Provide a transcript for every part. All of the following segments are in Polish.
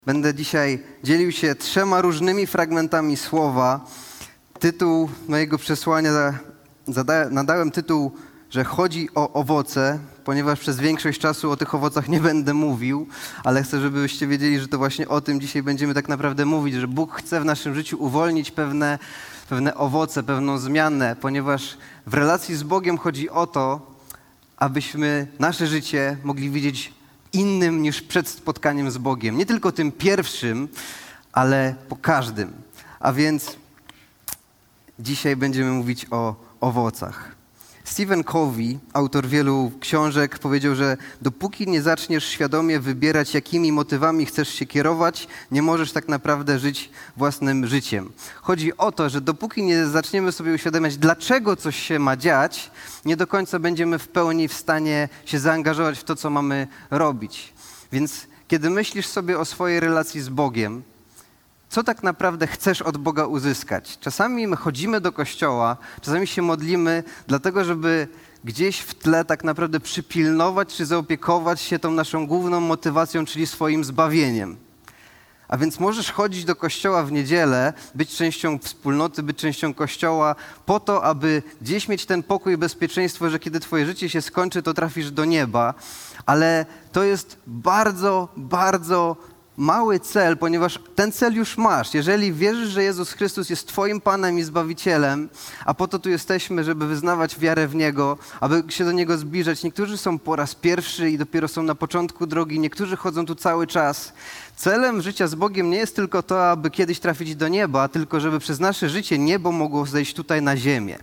Będę dzisiaj dzielił się 3 różnymi fragmentami słowa. Tytuł mojego przesłania nadałem tytuł, że chodzi o owoce, ponieważ przez większość czasu o tych owocach nie będę mówił, ale chcę, żebyście wiedzieli, że to właśnie o tym dzisiaj będziemy tak naprawdę mówić, że Bóg chce w naszym życiu uwolnić pewne owoce, pewną zmianę, ponieważ w relacji z Bogiem chodzi o to, abyśmy nasze życie mogli widzieć innym niż przed spotkaniem z Bogiem. Nie tylko tym pierwszym, ale po każdym. A więc dzisiaj będziemy mówić o owocach. Stephen Covey, autor wielu książek, powiedział, że dopóki nie zaczniesz świadomie wybierać, jakimi motywami chcesz się kierować, nie możesz tak naprawdę żyć własnym życiem. Chodzi o to, że dopóki nie zaczniemy sobie uświadamiać, dlaczego coś się ma dziać, nie do końca będziemy w pełni w stanie się zaangażować w to, co mamy robić. Więc kiedy myślisz sobie o swojej relacji z Bogiem, co tak naprawdę chcesz od Boga uzyskać? Czasami my chodzimy do kościoła, czasami się modlimy, dlatego żeby gdzieś w tle tak naprawdę przypilnować czy zaopiekować się tą naszą główną motywacją, czyli swoim zbawieniem. A więc możesz chodzić do kościoła w niedzielę, być częścią wspólnoty, być częścią kościoła po to, aby gdzieś mieć ten pokój i bezpieczeństwo, że kiedy twoje życie się skończy, to trafisz do nieba. Ale to jest bardzo, bardzo mały cel, ponieważ ten cel już masz. Jeżeli wierzysz, że Jezus Chrystus jest twoim Panem i Zbawicielem, a po to tu jesteśmy, żeby wyznawać wiarę w Niego, aby się do Niego zbliżać. Niektórzy są po raz pierwszy i dopiero są na początku drogi, niektórzy chodzą tu cały czas. Celem życia z Bogiem nie jest tylko to, aby kiedyś trafić do nieba, tylko żeby przez nasze życie niebo mogło zejść tutaj na ziemię.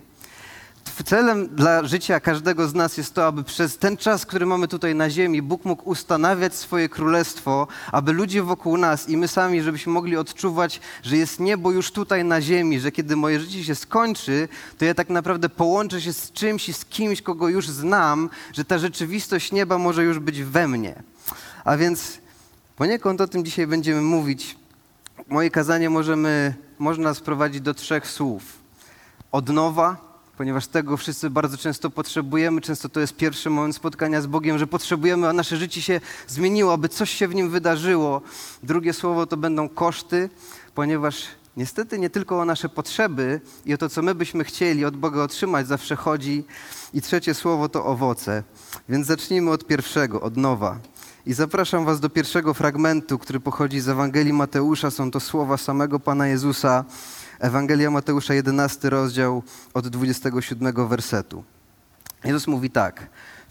Celem dla życia każdego z nas jest to, aby przez ten czas, który mamy tutaj na ziemi, Bóg mógł ustanawiać swoje królestwo, aby ludzie wokół nas i my sami, żebyśmy mogli odczuwać, że jest niebo już tutaj na ziemi, że kiedy moje życie się skończy, to ja tak naprawdę połączę się z czymś i z kimś, kogo już znam, że ta rzeczywistość nieba może już być we mnie. A więc poniekąd o tym dzisiaj będziemy mówić. Moje kazanie można sprowadzić do 3 słów. Odnowa, ponieważ tego wszyscy bardzo często potrzebujemy. Często to jest pierwszy moment spotkania z Bogiem, że potrzebujemy, a nasze życie się zmieniło, aby coś się w nim wydarzyło. Drugie słowo to będą koszty, ponieważ niestety nie tylko o nasze potrzeby i o to, co my byśmy chcieli od Boga otrzymać, zawsze chodzi. I trzecie słowo to owoce. Więc zacznijmy od pierwszego, odnowa. I zapraszam was do pierwszego fragmentu, który pochodzi z Ewangelii Mateusza. Są to słowa samego Pana Jezusa. Ewangelia Mateusza, 11 rozdział od 27 wersetu. Jezus mówi tak.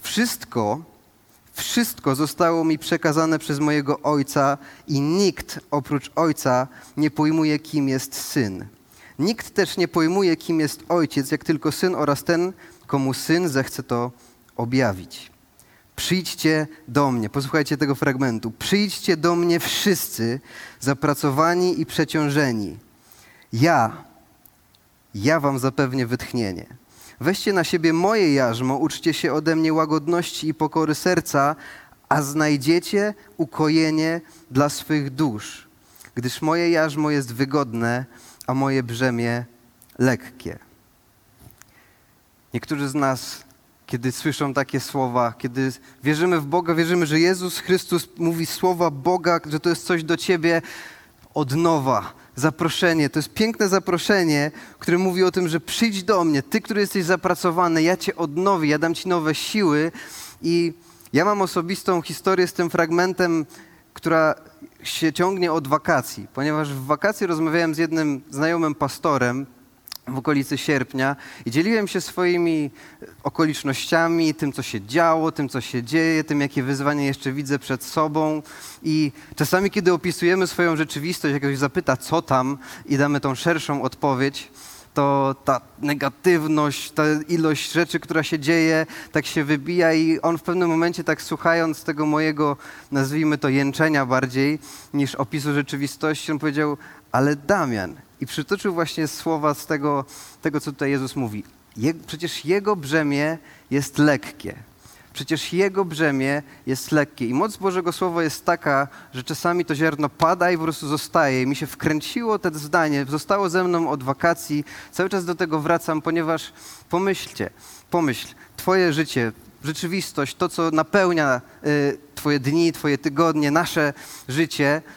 Wszystko zostało mi przekazane przez mojego Ojca i nikt oprócz Ojca nie pojmuje, kim jest Syn. Nikt też nie pojmuje, kim jest Ojciec, jak tylko Syn oraz ten, komu Syn zechce to objawić. Przyjdźcie do mnie, posłuchajcie tego fragmentu. Przyjdźcie do mnie wszyscy zapracowani i przeciążeni. Ja wam zapewnię wytchnienie. Weźcie na siebie moje jarzmo, uczcie się ode mnie łagodności i pokory serca, a znajdziecie ukojenie dla swych dusz. Gdyż moje jarzmo jest wygodne, a moje brzemię lekkie. Niektórzy z nas, kiedy słyszą takie słowa, kiedy wierzymy w Boga, wierzymy, że Jezus Chrystus mówi słowa Boga, że to jest coś do ciebie, odnowa, zaproszenie. To jest piękne zaproszenie, które mówi o tym, że przyjdź do mnie, ty, który jesteś zapracowany, ja cię odnowię, ja dam ci nowe siły. I ja mam osobistą historię z tym fragmentem, która się ciągnie od wakacji, ponieważ w wakacje rozmawiałem z jednym znajomym pastorem w okolicy sierpnia i dzieliłem się swoimi okolicznościami, tym, co się działo, tym, co się dzieje, tym, jakie wyzwania jeszcze widzę przed sobą. I czasami, kiedy opisujemy swoją rzeczywistość, jak ktoś zapyta, co tam, i damy tą szerszą odpowiedź, to ta negatywność, ta ilość rzeczy, która się dzieje, tak się wybija i on w pewnym momencie, tak słuchając tego mojego, nazwijmy to jęczenia bardziej, niż opisu rzeczywistości, on powiedział, ale Damian, i przytoczył właśnie słowa z tego, co tutaj Jezus mówi. Przecież Jego brzemię jest lekkie. Przecież Jego brzemię jest lekkie. I moc Bożego Słowa jest taka, że czasami to ziarno pada i po prostu zostaje. I mi się wkręciło to zdanie, zostało ze mną od wakacji. Cały czas do tego wracam, ponieważ pomyśl, twoje życie, rzeczywistość, to co napełnia twoje dni, twoje tygodnie, nasze życie,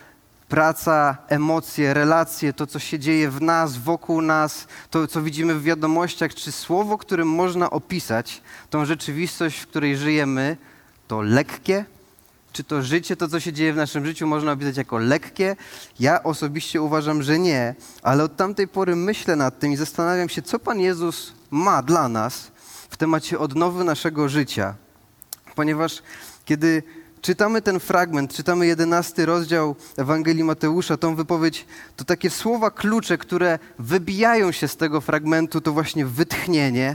praca, emocje, relacje, to co się dzieje w nas, wokół nas, to co widzimy w wiadomościach, czy słowo, którym można opisać tą rzeczywistość, w której żyjemy, to lekkie? Czy to życie, to co się dzieje w naszym życiu można opisać jako lekkie? Ja osobiście uważam, że nie, ale od tamtej pory myślę nad tym i zastanawiam się, co Pan Jezus ma dla nas w temacie odnowy naszego życia. Ponieważ kiedy czytamy ten fragment, czytamy 11 rozdział Ewangelii Mateusza, tą wypowiedź, to takie słowa klucze, które wybijają się z tego fragmentu, to właśnie wytchnienie,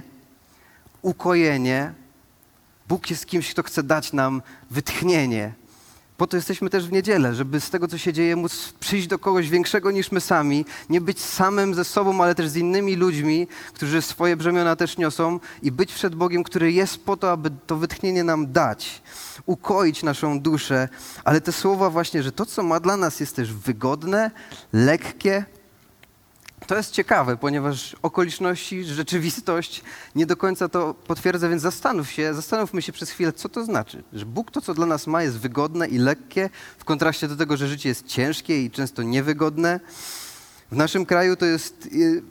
ukojenie. Bóg jest kimś, kto chce dać nam wytchnienie. Po to jesteśmy też w niedzielę, żeby z tego, co się dzieje, móc przyjść do kogoś większego niż my sami, nie być samym ze sobą, ale też z innymi ludźmi, którzy swoje brzemiona też niosą i być przed Bogiem, który jest po to, aby to wytchnienie nam dać, ukoić naszą duszę. Ale te słowa właśnie, że to, co ma dla nas, jest też wygodne, lekkie. To jest ciekawe, ponieważ okoliczności, rzeczywistość nie do końca to potwierdza, więc zastanówmy się przez chwilę, co to znaczy, że Bóg to, co dla nas ma, jest wygodne i lekkie, w kontraście do tego, że życie jest ciężkie i często niewygodne. W naszym kraju to jest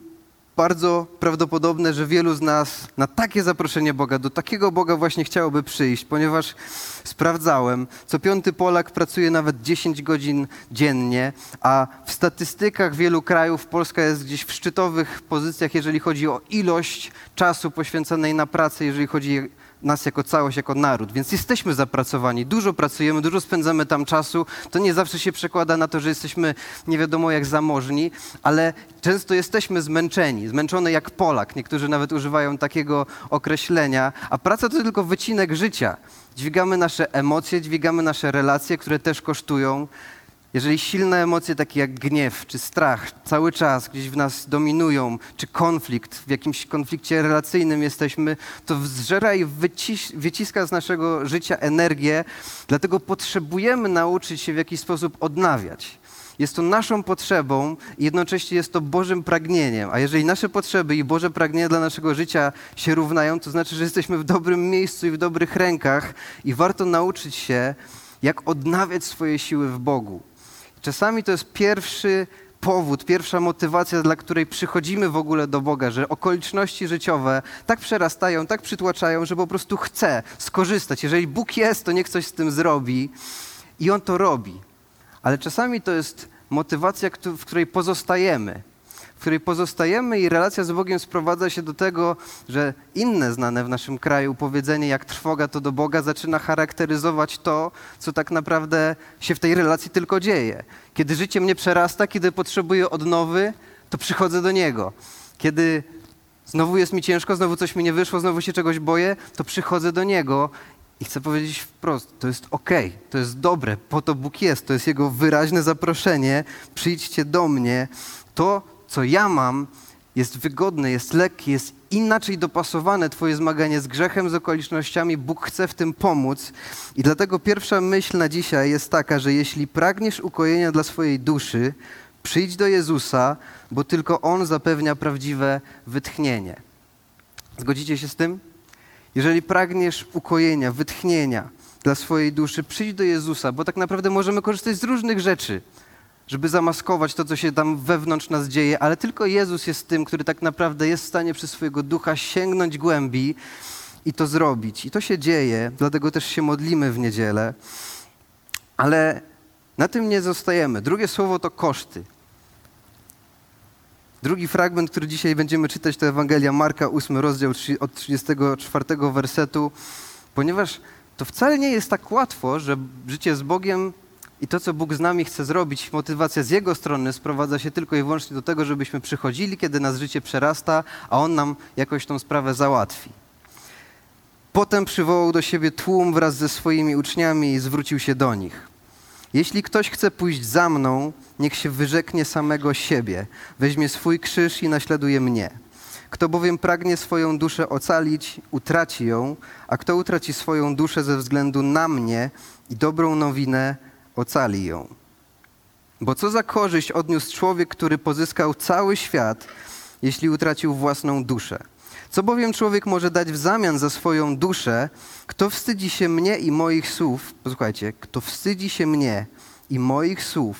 bardzo prawdopodobne, że wielu z nas na takie zaproszenie Boga, do takiego Boga właśnie chciałoby przyjść, ponieważ sprawdzałem, co 5. Polak pracuje nawet 10 godzin dziennie, a w statystykach wielu krajów Polska jest gdzieś w szczytowych pozycjach, jeżeli chodzi o ilość czasu poświęconej na pracę, jeżeli chodzi o nas jako całość, jako naród. Więc jesteśmy zapracowani, dużo pracujemy, dużo spędzamy tam czasu. To nie zawsze się przekłada na to, że jesteśmy nie wiadomo jak zamożni, ale często jesteśmy zmęczony jak Polak. Niektórzy nawet używają takiego określenia, a praca to tylko wycinek życia. Dźwigamy nasze emocje, dźwigamy nasze relacje, które też kosztują. Jeżeli silne emocje takie jak gniew czy strach cały czas gdzieś w nas dominują, czy konflikt, w jakimś konflikcie relacyjnym jesteśmy, to zżera i wyciska z naszego życia energię, dlatego potrzebujemy nauczyć się w jakiś sposób odnawiać. Jest to naszą potrzebą i jednocześnie jest to Bożym pragnieniem. A jeżeli nasze potrzeby i Boże pragnienia dla naszego życia się równają, to znaczy, że jesteśmy w dobrym miejscu i w dobrych rękach i warto nauczyć się, jak odnawiać swoje siły w Bogu. Czasami to jest pierwszy powód, pierwsza motywacja, dla której przychodzimy w ogóle do Boga, że okoliczności życiowe tak przerastają, tak przytłaczają, że po prostu chcę skorzystać. Jeżeli Bóg jest, to niech coś z tym zrobi i On to robi. Ale czasami to jest motywacja, w której pozostajemy i relacja z Bogiem sprowadza się do tego, że inne znane w naszym kraju powiedzenie jak trwoga to do Boga zaczyna charakteryzować to, co tak naprawdę się w tej relacji tylko dzieje. Kiedy życie mnie przerasta, kiedy potrzebuję odnowy, to przychodzę do Niego. Kiedy znowu jest mi ciężko, znowu coś mi nie wyszło, znowu się czegoś boję, to przychodzę do Niego i chcę powiedzieć wprost, to jest okej, to jest dobre, po to Bóg jest, to jest Jego wyraźne zaproszenie, przyjdźcie do mnie. To, co ja mam, jest wygodne, jest lekkie, jest inaczej dopasowane Twoje zmaganie z grzechem, z okolicznościami. Bóg chce w tym pomóc i dlatego pierwsza myśl na dzisiaj jest taka, że jeśli pragniesz ukojenia dla swojej duszy, przyjdź do Jezusa, bo tylko On zapewnia prawdziwe wytchnienie. Zgodzicie się z tym? Jeżeli pragniesz ukojenia, wytchnienia dla swojej duszy, przyjdź do Jezusa, bo tak naprawdę możemy korzystać z różnych rzeczy, żeby zamaskować to, co się tam wewnątrz nas dzieje, ale tylko Jezus jest tym, który tak naprawdę jest w stanie przez swojego ducha sięgnąć głębi i to zrobić. I to się dzieje, dlatego też się modlimy w niedzielę, ale na tym nie zostajemy. Drugie słowo to koszty. Drugi fragment, który dzisiaj będziemy czytać, to Ewangelia Marka, 8 rozdział od 34 wersetu, ponieważ to wcale nie jest tak łatwo, że życie z Bogiem i to, co Bóg z nami chce zrobić, motywacja z Jego strony sprowadza się tylko i wyłącznie do tego, żebyśmy przychodzili, kiedy nas życie przerasta, a On nam jakoś tą sprawę załatwi. Potem przywołał do siebie tłum wraz ze swoimi uczniami i zwrócił się do nich. Jeśli ktoś chce pójść za mną, niech się wyrzeknie samego siebie, weźmie swój krzyż i naśladuje mnie. Kto bowiem pragnie swoją duszę ocalić, utraci ją, a kto utraci swoją duszę ze względu na mnie i dobrą nowinę, ocali ją. Bo co za korzyść odniósł człowiek, który pozyskał cały świat, jeśli utracił własną duszę? Co bowiem człowiek może dać w zamian za swoją duszę? Kto wstydzi się mnie i moich słów, posłuchajcie, kto wstydzi się mnie i moich słów,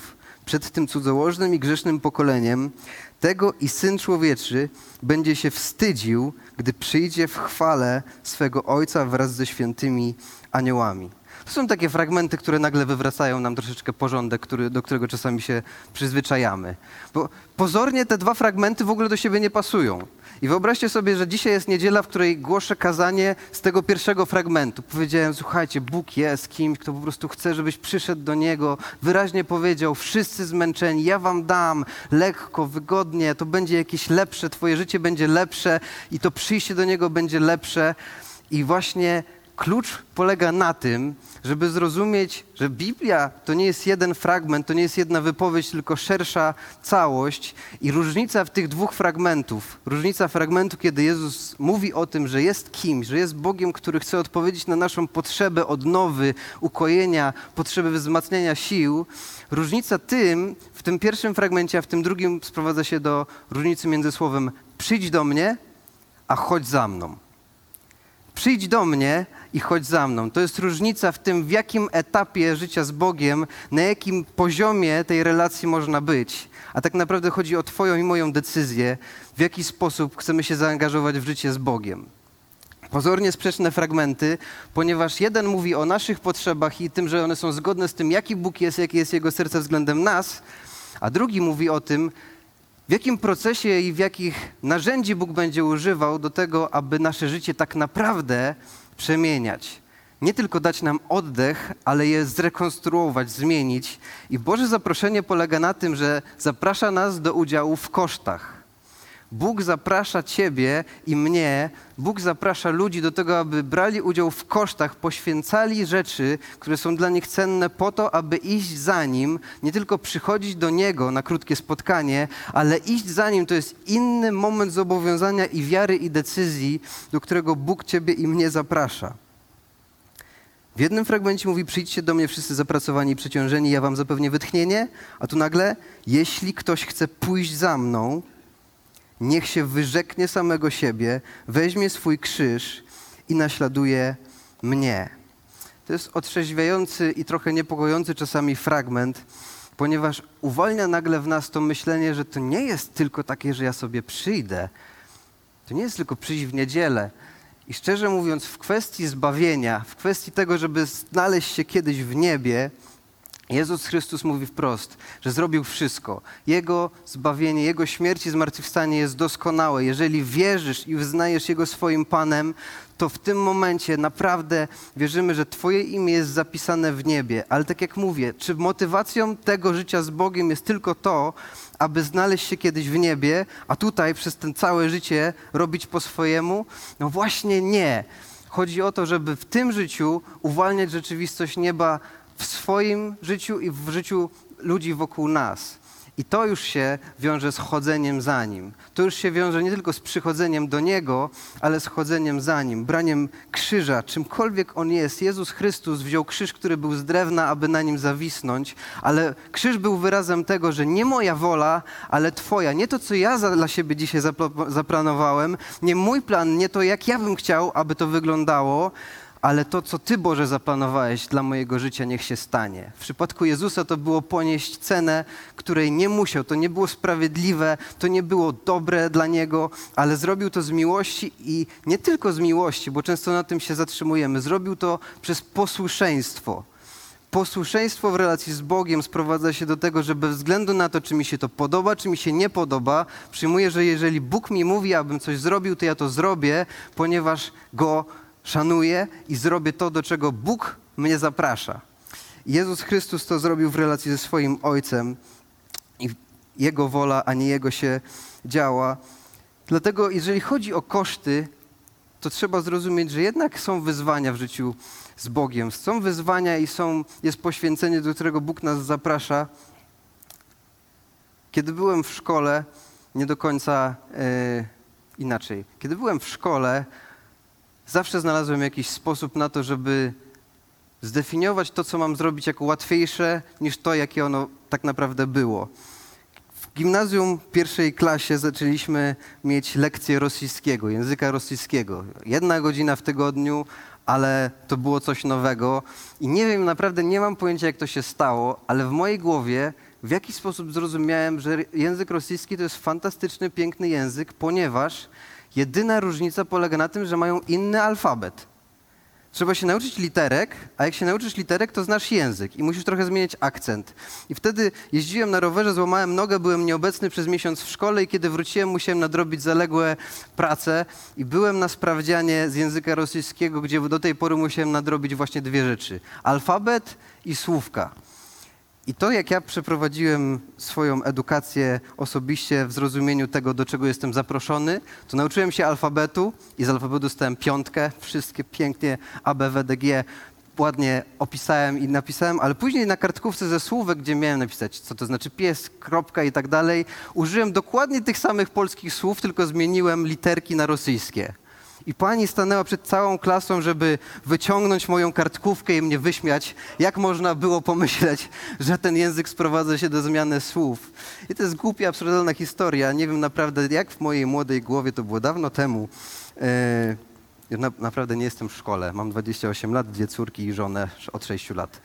przed tym cudzołożnym i grzesznym pokoleniem, tego i Syn Człowieczy będzie się wstydził, gdy przyjdzie w chwale swego Ojca wraz ze świętymi aniołami. To są takie fragmenty, które nagle wywracają nam troszeczkę porządek, do którego czasami się przyzwyczajamy. Bo pozornie te dwa fragmenty w ogóle do siebie nie pasują. I wyobraźcie sobie, że dzisiaj jest niedziela, w której głoszę kazanie z tego pierwszego fragmentu. Powiedziałem, słuchajcie, Bóg jest kimś, kto po prostu chce, żebyś przyszedł do Niego. Wyraźnie powiedział, wszyscy zmęczeni, ja wam dam lekko, wygodnie, to będzie jakieś lepsze, twoje życie będzie lepsze i to przyjście do Niego będzie lepsze. I właśnie klucz polega na tym, żeby zrozumieć, że Biblia to nie jest jeden fragment, to nie jest jedna wypowiedź, tylko szersza całość. I różnica w tych dwóch fragmentów, różnica fragmentu, kiedy Jezus mówi o tym, że jest kimś, że jest Bogiem, który chce odpowiedzieć na naszą potrzebę odnowy, ukojenia, potrzebę wzmacniania sił. Różnica w tym pierwszym fragmencie, a w tym drugim sprowadza się do różnicy między słowem przyjdź do mnie, a chodź za mną. Przyjdź do mnie i chodź za mną. To jest różnica w tym, w jakim etapie życia z Bogiem, na jakim poziomie tej relacji można być. A tak naprawdę chodzi o twoją i moją decyzję, w jaki sposób chcemy się zaangażować w życie z Bogiem. Pozornie sprzeczne fragmenty, ponieważ jeden mówi o naszych potrzebach i tym, że one są zgodne z tym, jaki Bóg jest, jakie jest Jego serce względem nas, a drugi mówi o tym, w jakim procesie i w jakich narzędzi Bóg będzie używał do tego, aby nasze życie tak naprawdę przemieniać. Nie tylko dać nam oddech, ale je zrekonstruować, zmienić. I Boże zaproszenie polega na tym, że zaprasza nas do udziału w kosztach. Bóg zaprasza ciebie i mnie, Bóg zaprasza ludzi do tego, aby brali udział w kosztach, poświęcali rzeczy, które są dla nich cenne po to, aby iść za Nim, nie tylko przychodzić do Niego na krótkie spotkanie, ale iść za Nim to jest inny moment zobowiązania i wiary i decyzji, do którego Bóg ciebie i mnie zaprasza. W jednym fragmencie mówi, przyjdźcie do mnie wszyscy zapracowani i przeciążeni, ja wam zapewnię wytchnienie, a tu nagle, jeśli ktoś chce pójść za mną, niech się wyrzeknie samego siebie, weźmie swój krzyż i naśladuje mnie. To jest otrzeźwiający i trochę niepokojący czasami fragment, ponieważ uwalnia nagle w nas to myślenie, że to nie jest tylko takie, że ja sobie przyjdę. To nie jest tylko przyjść w niedzielę. I szczerze mówiąc, w kwestii zbawienia, w kwestii tego, żeby znaleźć się kiedyś w niebie, Jezus Chrystus mówi wprost, że zrobił wszystko. Jego zbawienie, Jego śmierć i zmartwychwstanie jest doskonałe. Jeżeli wierzysz i uznajesz Jego swoim Panem, to w tym momencie naprawdę wierzymy, że Twoje imię jest zapisane w niebie. Ale tak jak mówię, czy motywacją tego życia z Bogiem jest tylko to, aby znaleźć się kiedyś w niebie, a tutaj przez ten całe życie robić po swojemu? No właśnie nie. Chodzi o to, żeby w tym życiu uwalniać rzeczywistość nieba w swoim życiu i w życiu ludzi wokół nas. I to już się wiąże z chodzeniem za Nim. To już się wiąże nie tylko z przychodzeniem do Niego, ale z chodzeniem za Nim, braniem krzyża, czymkolwiek On jest. Jezus Chrystus wziął krzyż, który był z drewna, aby na nim zawisnąć, ale krzyż był wyrazem tego, że nie moja wola, ale Twoja. Nie to, co ja dla siebie dzisiaj zaplanowałem, nie mój plan, nie to, jak ja bym chciał, aby to wyglądało, ale to, co Ty, Boże, zaplanowałeś dla mojego życia, niech się stanie. W przypadku Jezusa to było ponieść cenę, której nie musiał. To nie było sprawiedliwe, to nie było dobre dla Niego, ale zrobił to z miłości i nie tylko z miłości, bo często na tym się zatrzymujemy. Zrobił to przez posłuszeństwo. Posłuszeństwo w relacji z Bogiem sprowadza się do tego, że bez względu na to, czy mi się to podoba, czy mi się nie podoba, przyjmuję, że jeżeli Bóg mi mówi, abym coś zrobił, to ja to zrobię, ponieważ Go szanuję i zrobię to, do czego Bóg mnie zaprasza. Jezus Chrystus to zrobił w relacji ze swoim Ojcem i Jego wola, a nie Jego się działa. Dlatego jeżeli chodzi o koszty, to trzeba zrozumieć, że jednak są wyzwania w życiu z Bogiem. Są wyzwania i jest poświęcenie, do którego Bóg nas zaprasza. Kiedy byłem w szkole, nie do końca inaczej. Kiedy byłem w szkole, zawsze znalazłem jakiś sposób na to, żeby zdefiniować to, co mam zrobić, jako łatwiejsze niż to, jakie ono tak naprawdę było. W gimnazjum pierwszej klasie zaczęliśmy mieć lekcję rosyjskiego, języka rosyjskiego. 1 godzina w tygodniu, ale to było coś nowego. I nie wiem, naprawdę nie mam pojęcia, jak to się stało, ale w mojej głowie w jakiś sposób zrozumiałem, że język rosyjski to jest fantastyczny, piękny język, ponieważ jedyna różnica polega na tym, że mają inny alfabet. Trzeba się nauczyć literek, a jak się nauczysz literek, to znasz język i musisz trochę zmieniać akcent. I wtedy jeździłem na rowerze, złamałem nogę, byłem nieobecny przez miesiąc w szkole i kiedy wróciłem, musiałem nadrobić zaległe prace i byłem na sprawdzianie z języka rosyjskiego, gdzie do tej pory musiałem nadrobić właśnie dwie rzeczy. Alfabet i słówka. I to, jak ja przeprowadziłem swoją edukację osobiście w zrozumieniu tego, do czego jestem zaproszony, to nauczyłem się alfabetu i z alfabetu dostałem 5, wszystkie pięknie A, B, W, D, G ładnie opisałem i napisałem, ale później na kartkówce ze słówek, gdzie miałem napisać, co to znaczy pies, kropka i tak dalej, użyłem dokładnie tych samych polskich słów, tylko zmieniłem literki na rosyjskie. I pani stanęła przed całą klasą, żeby wyciągnąć moją kartkówkę i mnie wyśmiać. Jak można było pomyśleć, że ten język sprowadza się do zmiany słów? I to jest głupia, absurdalna historia. Nie wiem naprawdę, jak w mojej młodej głowie, to było dawno temu. Naprawdę nie jestem w szkole. Mam 28 lat, 2 córki i żonę od 6 lat.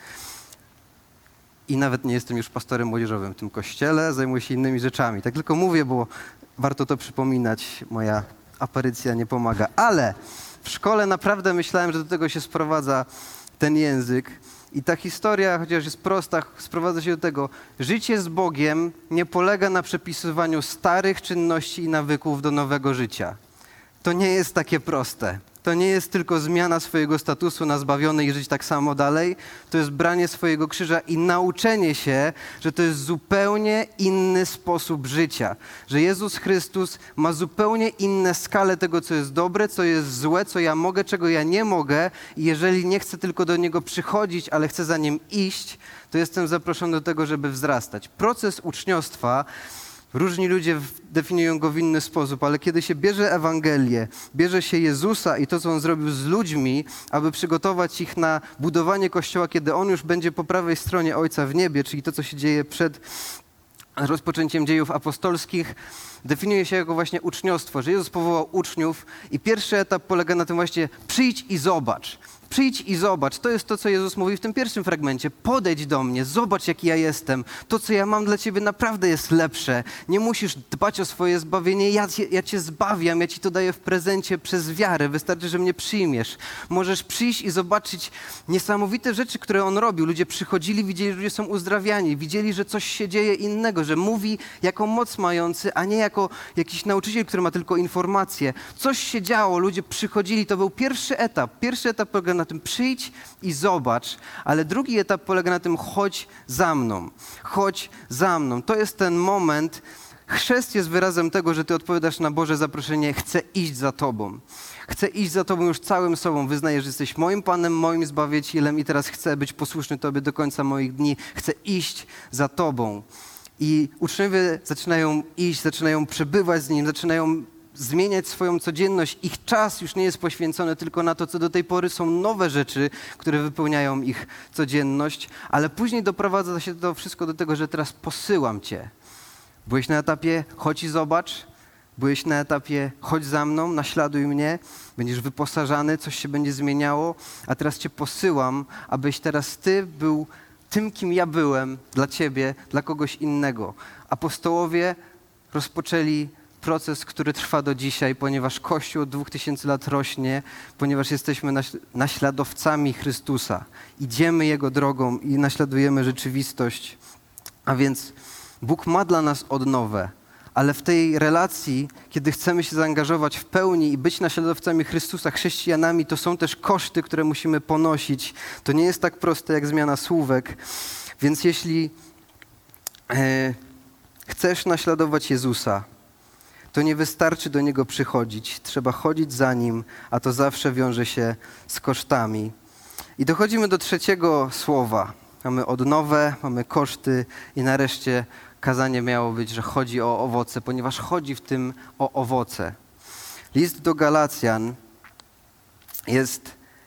I nawet nie jestem już pastorem młodzieżowym w tym kościele, zajmuję się innymi rzeczami. Tak tylko mówię, bo warto to przypominać. Moja aparycja nie pomaga. Ale w szkole naprawdę myślałem, że do tego się sprowadza ten język. I ta historia, chociaż jest prosta, sprowadza się do tego, życie z Bogiem nie polega na przepisywaniu starych czynności i nawyków do nowego życia. To nie jest takie proste. To nie jest tylko zmiana swojego statusu na zbawiony i żyć tak samo dalej. To jest branie swojego krzyża i nauczenie się, że to jest zupełnie inny sposób życia. Że Jezus Chrystus ma zupełnie inne skale tego, co jest dobre, co jest złe, co ja mogę, czego ja nie mogę. I jeżeli nie chcę tylko do Niego przychodzić, ale chcę za Nim iść, to jestem zaproszony do tego, żeby wzrastać. Proces uczniostwa, różni ludzie definiują go w inny sposób, ale kiedy się bierze Ewangelię, bierze się Jezusa i to, co On zrobił z ludźmi, aby przygotować ich na budowanie Kościoła, kiedy On już będzie po prawej stronie Ojca w niebie, czyli to, co się dzieje przed rozpoczęciem dziejów apostolskich, definiuje się jako właśnie uczniostwo, że Jezus powołał uczniów i pierwszy etap polega na tym właśnie przyjdź i zobacz. Przyjdź i zobacz. To jest to, co Jezus mówi w tym pierwszym fragmencie. Podejdź do mnie, zobacz, jaki ja jestem. To, co ja mam dla ciebie, naprawdę jest lepsze. Nie musisz dbać o swoje zbawienie. Ja cię zbawiam, ja ci to daję w prezencie przez wiarę. Wystarczy, że mnie przyjmiesz. Możesz przyjść i zobaczyć niesamowite rzeczy, które On robił. Ludzie przychodzili, widzieli, że ludzie są uzdrawiani. Widzieli, że coś się dzieje innego, że mówi jako moc mający, a nie jako jakiś nauczyciel, który ma tylko informacje. Coś się działo, ludzie przychodzili. To był pierwszy etap. Pierwszy etap polega na tym przyjdź i zobacz, ale drugi etap polega na tym chodź za mną. Chodź za mną. To jest ten moment. Chrzest jest wyrazem tego, że ty odpowiadasz na Boże zaproszenie. Chcę iść za Tobą. Chcę iść za Tobą już całym sobą. Wyznaję, że jesteś moim Panem, moim Zbawicielem i teraz chcę być posłuszny Tobie do końca moich dni. Chcę iść za Tobą. I uczniowie zaczynają iść, zaczynają przebywać z Nim, zaczynają zmieniać swoją codzienność. Ich czas już nie jest poświęcony tylko na to, co do tej pory są nowe rzeczy, które wypełniają ich codzienność, ale później doprowadza się to wszystko do tego, że teraz posyłam Cię. Byłeś na etapie chodź i zobacz, byłeś na etapie chodź za mną, naśladuj mnie, będziesz wyposażany, coś się będzie zmieniało, a teraz Cię posyłam, abyś teraz Ty był tym, kim ja byłem dla Ciebie, dla kogoś innego. Apostołowie rozpoczęli proces, który trwa do dzisiaj, ponieważ Kościół od 2000 lat rośnie, ponieważ jesteśmy naśladowcami Chrystusa. Idziemy Jego drogą i naśladujemy rzeczywistość. A więc Bóg ma dla nas odnowę, ale w tej relacji, kiedy chcemy się zaangażować w pełni i być naśladowcami Chrystusa, chrześcijanami, to są też koszty, które musimy ponosić. To nie jest tak proste jak zmiana słówek. Więc jeśli chcesz naśladować Jezusa, to nie wystarczy do Niego przychodzić. Trzeba chodzić za Nim, a to zawsze wiąże się z kosztami. I dochodzimy do trzeciego słowa. Mamy odnowę, mamy koszty i nareszcie kazanie miało być, że chodzi o owoce, ponieważ chodzi w tym o owoce. List do Galacjan jest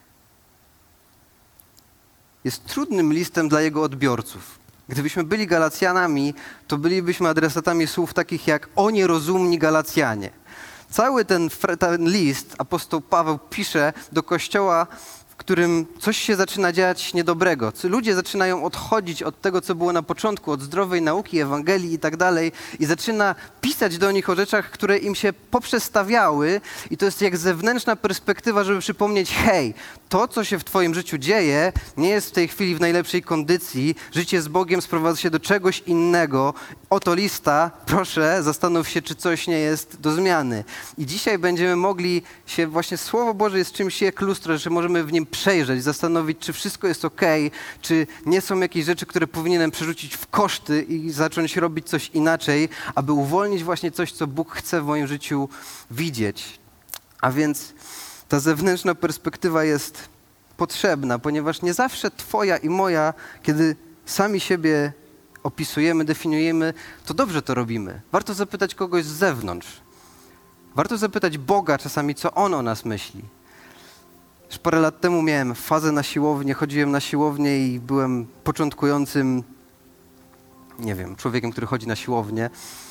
trudnym listem dla jego odbiorców. Gdybyśmy byli Galacjanami, to bylibyśmy adresatami słów takich jak o nierozumni Galacjanie. Cały ten list apostoł Paweł pisze do kościoła w którym coś się zaczyna dziać niedobrego. Ludzie zaczynają odchodzić od tego, co było na początku, od zdrowej nauki, Ewangelii i tak dalej i zaczyna pisać do nich o rzeczach, które im się poprzestawiały i to jest jak zewnętrzna perspektywa, żeby przypomnieć, hej, to, co się w twoim życiu dzieje, nie jest w tej chwili w najlepszej kondycji, życie z Bogiem sprowadza się do czegoś innego. Oto lista, proszę, zastanów się, czy coś nie jest do zmiany. I dzisiaj będziemy mogli się, właśnie Słowo Boże jest czymś jak lustro, że możemy w nim przejrzeć, zastanowić, czy wszystko jest okej, czy nie są jakieś rzeczy, które powinienem przerzucić w koszty i zacząć robić coś inaczej, aby uwolnić właśnie coś, co Bóg chce w moim życiu widzieć. A więc ta zewnętrzna perspektywa jest potrzebna, ponieważ nie zawsze twoja i moja, kiedy sami siebie opisujemy, definiujemy, to dobrze to robimy. Warto zapytać kogoś z zewnątrz. Warto zapytać Boga czasami, co On o nas myśli. Już parę lat temu miałem fazę na siłownię, chodziłem na siłownię i byłem początkującym, nie wiem, człowiekiem, który chodzi na siłownię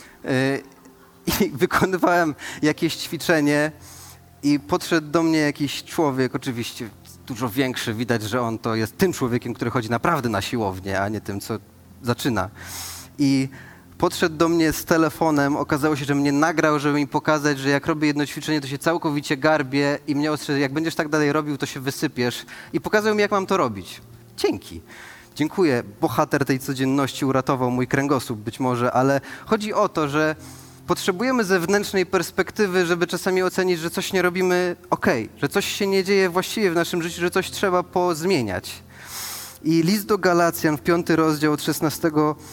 i wykonywałem jakieś ćwiczenie i podszedł do mnie jakiś człowiek, oczywiście dużo większy, widać, że on to jest tym człowiekiem, który chodzi naprawdę na siłownię, a nie tym, co zaczyna. I podszedł do mnie z telefonem, okazało się, że mnie nagrał, żeby mi pokazać, że jak robię jedno ćwiczenie, to się całkowicie garbię i mnie ostrzeże, jak będziesz tak dalej robił, to się wysypiesz. I pokazał mi, jak mam to robić. Dzięki. Dziękuję. Bohater tej codzienności uratował mój kręgosłup być może, ale chodzi o to, że potrzebujemy zewnętrznej perspektywy, żeby czasami ocenić, że coś nie robimy okej, że coś się nie dzieje właściwie w naszym życiu, że coś trzeba pozmieniać. I list do Galacjan, 5 rozdział od 16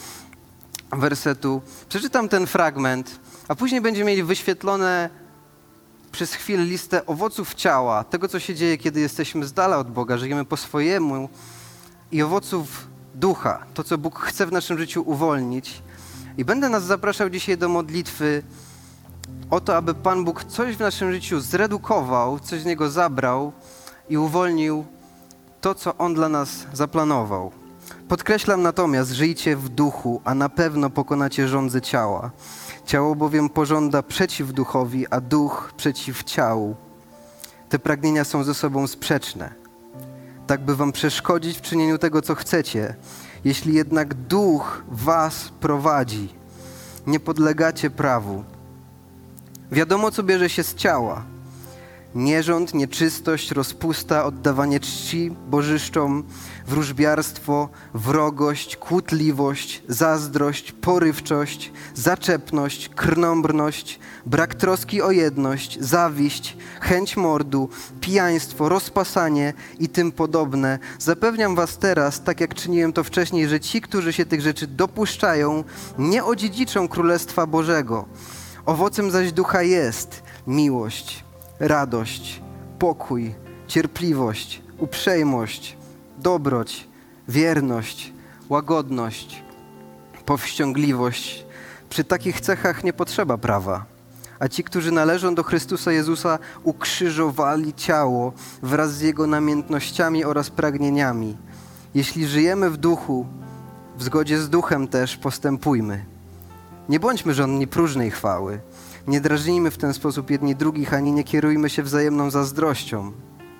wersetu. Przeczytam ten fragment, a później będziemy mieli wyświetlone przez chwilę listę owoców ciała, tego, co się dzieje, kiedy jesteśmy z dala od Boga, żyjemy po swojemu i owoców ducha, to, co Bóg chce w naszym życiu uwolnić. I będę nas zapraszał dzisiaj do modlitwy o to, aby Pan Bóg coś w naszym życiu zredukował, coś z niego zabrał i uwolnił to, co On dla nas zaplanował. Podkreślam natomiast, żyjcie w duchu, a na pewno pokonacie żądze ciała. Ciało bowiem pożąda przeciw duchowi, a duch przeciw ciału. Te pragnienia są ze sobą sprzeczne. Tak by wam przeszkodzić w czynieniu tego, co chcecie. Jeśli jednak duch was prowadzi, nie podlegacie prawu. Wiadomo, co bierze się z ciała. Nierząd, nieczystość, rozpusta, oddawanie czci bożyszczom, wróżbiarstwo, wrogość, kłótliwość, zazdrość, porywczość, zaczepność, krnąbrność, brak troski o jedność, zawiść, chęć mordu, pijaństwo, rozpasanie i tym podobne. Zapewniam was teraz, tak jak czyniłem to wcześniej, że ci, którzy się tych rzeczy dopuszczają, nie odziedziczą Królestwa Bożego. Owocem zaś ducha jest miłość, radość, pokój, cierpliwość, uprzejmość, dobroć, wierność, łagodność, powściągliwość. Przy takich cechach nie potrzeba prawa. A ci, którzy należą do Chrystusa Jezusa, ukrzyżowali ciało wraz z Jego namiętnościami oraz pragnieniami. Jeśli żyjemy w duchu, w zgodzie z duchem też postępujmy. Nie bądźmy żądni próżnej chwały. Nie drażnijmy w ten sposób jedni drugich, ani nie kierujmy się wzajemną zazdrością.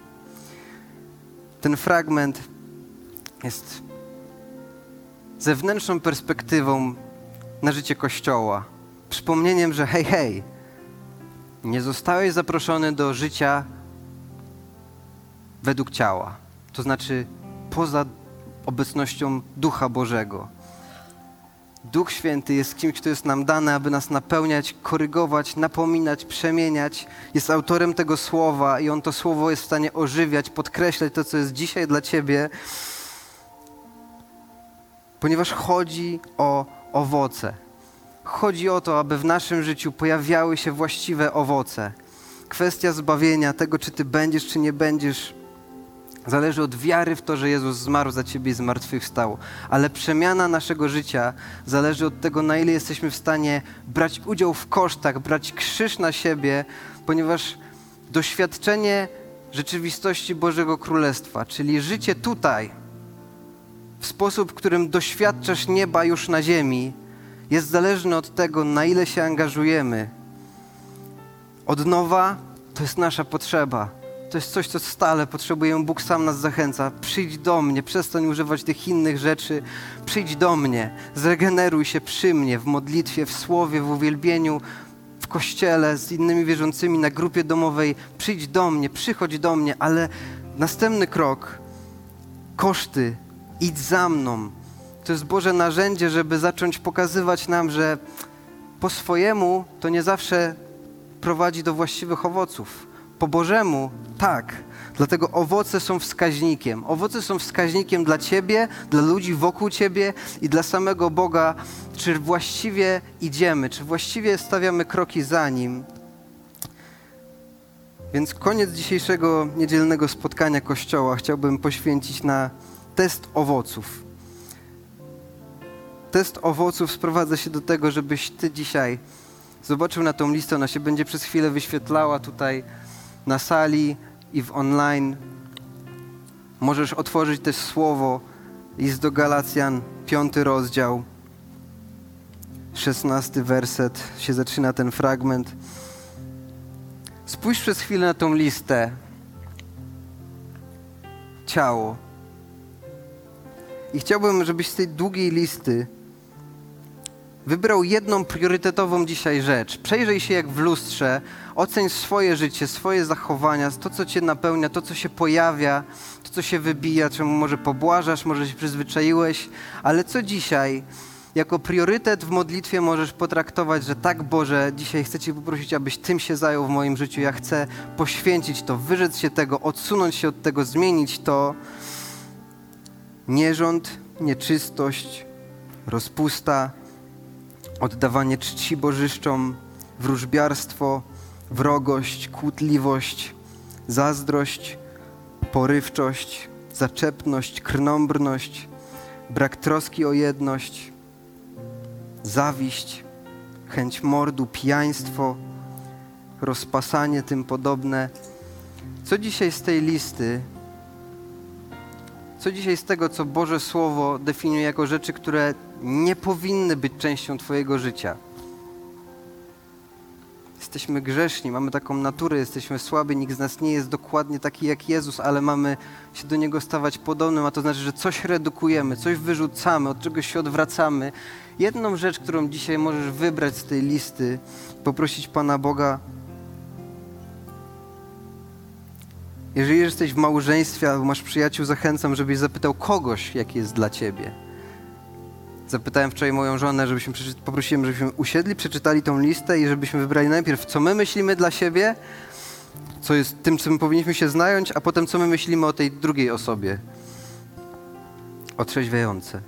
Ten fragment jest zewnętrzną perspektywą na życie Kościoła. Przypomnieniem, że hej, nie zostałeś zaproszony do życia według ciała. To znaczy poza obecnością Ducha Bożego. Duch Święty jest kimś, kto jest nam dany, aby nas napełniać, korygować, napominać, przemieniać. Jest autorem tego słowa i On to słowo jest w stanie ożywiać, podkreślać to, co jest dzisiaj dla ciebie, ponieważ chodzi o owoce. Chodzi o to, aby w naszym życiu pojawiały się właściwe owoce. Kwestia zbawienia, tego, czy ty będziesz, czy nie będziesz, zależy od wiary w to, że Jezus zmarł za ciebie i zmartwychwstał. Ale przemiana naszego życia zależy od tego, na ile jesteśmy w stanie brać udział w kosztach, brać krzyż na siebie, ponieważ doświadczenie rzeczywistości Bożego Królestwa, czyli życie tutaj, w sposób, w którym doświadczasz nieba już na ziemi, jest zależne od tego, na ile się angażujemy. Odnowa to jest nasza potrzeba. To jest coś, co stale potrzebujemy. Bóg sam nas zachęca. Przyjdź do mnie, przestań używać tych innych rzeczy. Przyjdź do mnie, zregeneruj się przy mnie w modlitwie, w słowie, w uwielbieniu, w kościele, z innymi wierzącymi, na grupie domowej. Przyjdź do mnie, przychodź do mnie, ale następny krok, koszty, idź za mną. To jest Boże narzędzie, żeby zacząć pokazywać nam, że po swojemu to nie zawsze prowadzi do właściwych owoców. Po Bożemu tak. Dlatego owoce są wskaźnikiem. Owoce są wskaźnikiem dla ciebie, dla ludzi wokół ciebie i dla samego Boga, czy właściwie idziemy, czy właściwie stawiamy kroki za Nim. Więc koniec dzisiejszego niedzielnego spotkania Kościoła chciałbym poświęcić na test owoców. Test owoców sprowadza się do tego, żebyś ty dzisiaj zobaczył na tą listę, ona się będzie przez chwilę wyświetlała tutaj na sali i w online. Możesz otworzyć też słowo, list do Galacjan, 5 rozdział, 16 werset, się zaczyna ten fragment. Spójrz przez chwilę na tą listę. Ciało. I chciałbym, żebyś z tej długiej listy wybrał jedną priorytetową dzisiaj rzecz. Przejrzyj się jak w lustrze, oceń swoje życie, swoje zachowania, to co cię napełnia, to co się pojawia, to co się wybija, czemu może pobłażasz, może się przyzwyczaiłeś, ale co dzisiaj jako priorytet w modlitwie możesz potraktować, że tak Boże, dzisiaj chcę Cię poprosić, abyś tym się zajął w moim życiu. Ja chcę poświęcić to, wyrzec się tego, odsunąć się od tego, zmienić to. Nierząd, nieczystość, rozpusta, oddawanie czci bożyszczom, wróżbiarstwo, wrogość, kłótliwość, zazdrość, porywczość, zaczepność, krnąbrność, brak troski o jedność, zawiść, chęć mordu, pijaństwo, rozpasanie, tym podobne. Co dzisiaj z tej listy, co dzisiaj z tego, co Boże Słowo definiuje jako rzeczy, które nie powinny być częścią Twojego życia? Jesteśmy grzeszni, mamy taką naturę, jesteśmy słabi, nikt z nas nie jest dokładnie taki jak Jezus, ale mamy się do Niego stawać podobnym, a to znaczy, że coś redukujemy, coś wyrzucamy, od czegoś się odwracamy. Jedną rzecz, którą dzisiaj możesz wybrać z tej listy, poprosić Pana Boga, jeżeli jesteś w małżeństwie albo masz przyjaciół, zachęcam, żebyś zapytał kogoś, jaki jest dla ciebie. Zapytałem wczoraj moją żonę, poprosiłem, żebyśmy usiedli, przeczytali tą listę i żebyśmy wybrali najpierw, co my myślimy dla siebie, co jest tym, czym powinniśmy się zająć, a potem, co my myślimy o tej drugiej osobie. Otrzeźwiające.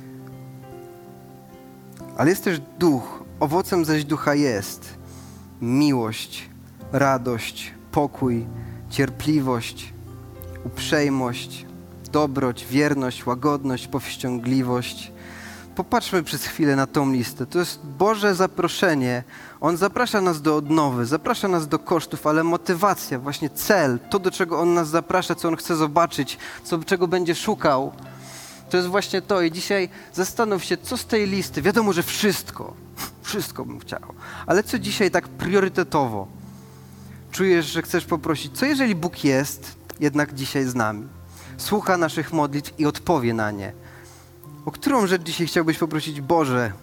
Ale jest też duch. Owocem zaś ducha jest miłość, radość, pokój, cierpliwość, uprzejmość, dobroć, wierność, łagodność, powściągliwość. Popatrzmy przez chwilę na tą listę. To jest Boże zaproszenie. On zaprasza nas do odnowy, zaprasza nas do kosztów, ale motywacja, właśnie cel, to do czego On nas zaprasza, co On chce zobaczyć, czego będzie szukał, to jest właśnie to. I dzisiaj zastanów się, co z tej listy, wiadomo, że wszystko bym chciał, ale co dzisiaj tak priorytetowo czujesz, że chcesz poprosić, co jeżeli Bóg jest jednak dzisiaj z nami, słucha naszych modlitw i odpowie na nie. O którą rzecz dzisiaj chciałbyś poprosić? Boże,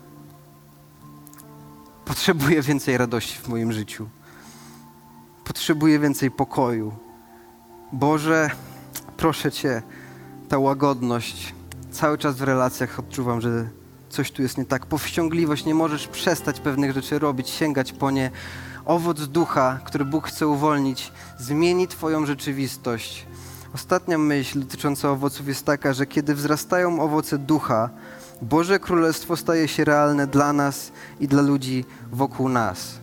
potrzebuję więcej radości w moim życiu. Potrzebuję więcej pokoju. Boże, proszę Cię, ta łagodność. Cały czas w relacjach odczuwam, że coś tu jest nie tak. Powściągliwość, nie możesz przestać pewnych rzeczy robić, sięgać po nie. Owoc ducha, który Bóg chce uwolnić, zmieni Twoją rzeczywistość. Ostatnia myśl dotycząca owoców jest taka, że kiedy wzrastają owoce ducha, Boże Królestwo staje się realne dla nas i dla ludzi wokół nas.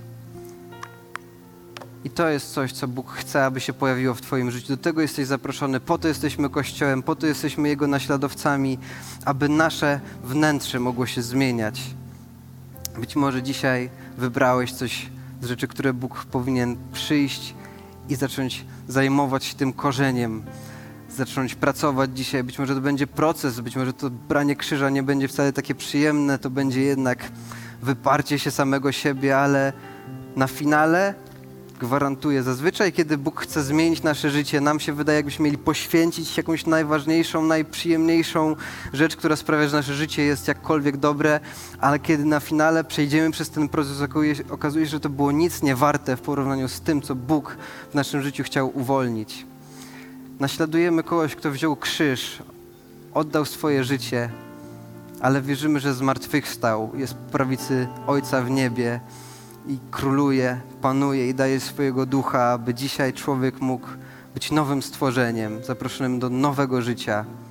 I to jest coś, co Bóg chce, aby się pojawiło w Twoim życiu. Do tego jesteś zaproszony, po to jesteśmy Kościołem, po to jesteśmy Jego naśladowcami, aby nasze wnętrze mogło się zmieniać. Być może dzisiaj wybrałeś coś z rzeczy, które Bóg powinien przyjść i zacząć zajmować się tym korzeniem, zacząć pracować dzisiaj. Być może to będzie proces, być może to branie krzyża nie będzie wcale takie przyjemne, to będzie jednak wyparcie się samego siebie, ale na finale gwarantuję. Zazwyczaj, kiedy Bóg chce zmienić nasze życie, nam się wydaje, jakbyśmy mieli poświęcić jakąś najważniejszą, najprzyjemniejszą rzecz, która sprawia, że nasze życie jest jakkolwiek dobre, ale kiedy na finale przejdziemy przez ten proces, okazuje się, że to było nic nie warte w porównaniu z tym, co Bóg w naszym życiu chciał uwolnić. Naśladujemy kogoś, kto wziął krzyż, oddał swoje życie, ale wierzymy, że zmartwychwstał, jest po prawicy Ojca w niebie i króluje, panuje i daje swojego ducha, aby dzisiaj człowiek mógł być nowym stworzeniem, zaproszonym do nowego życia.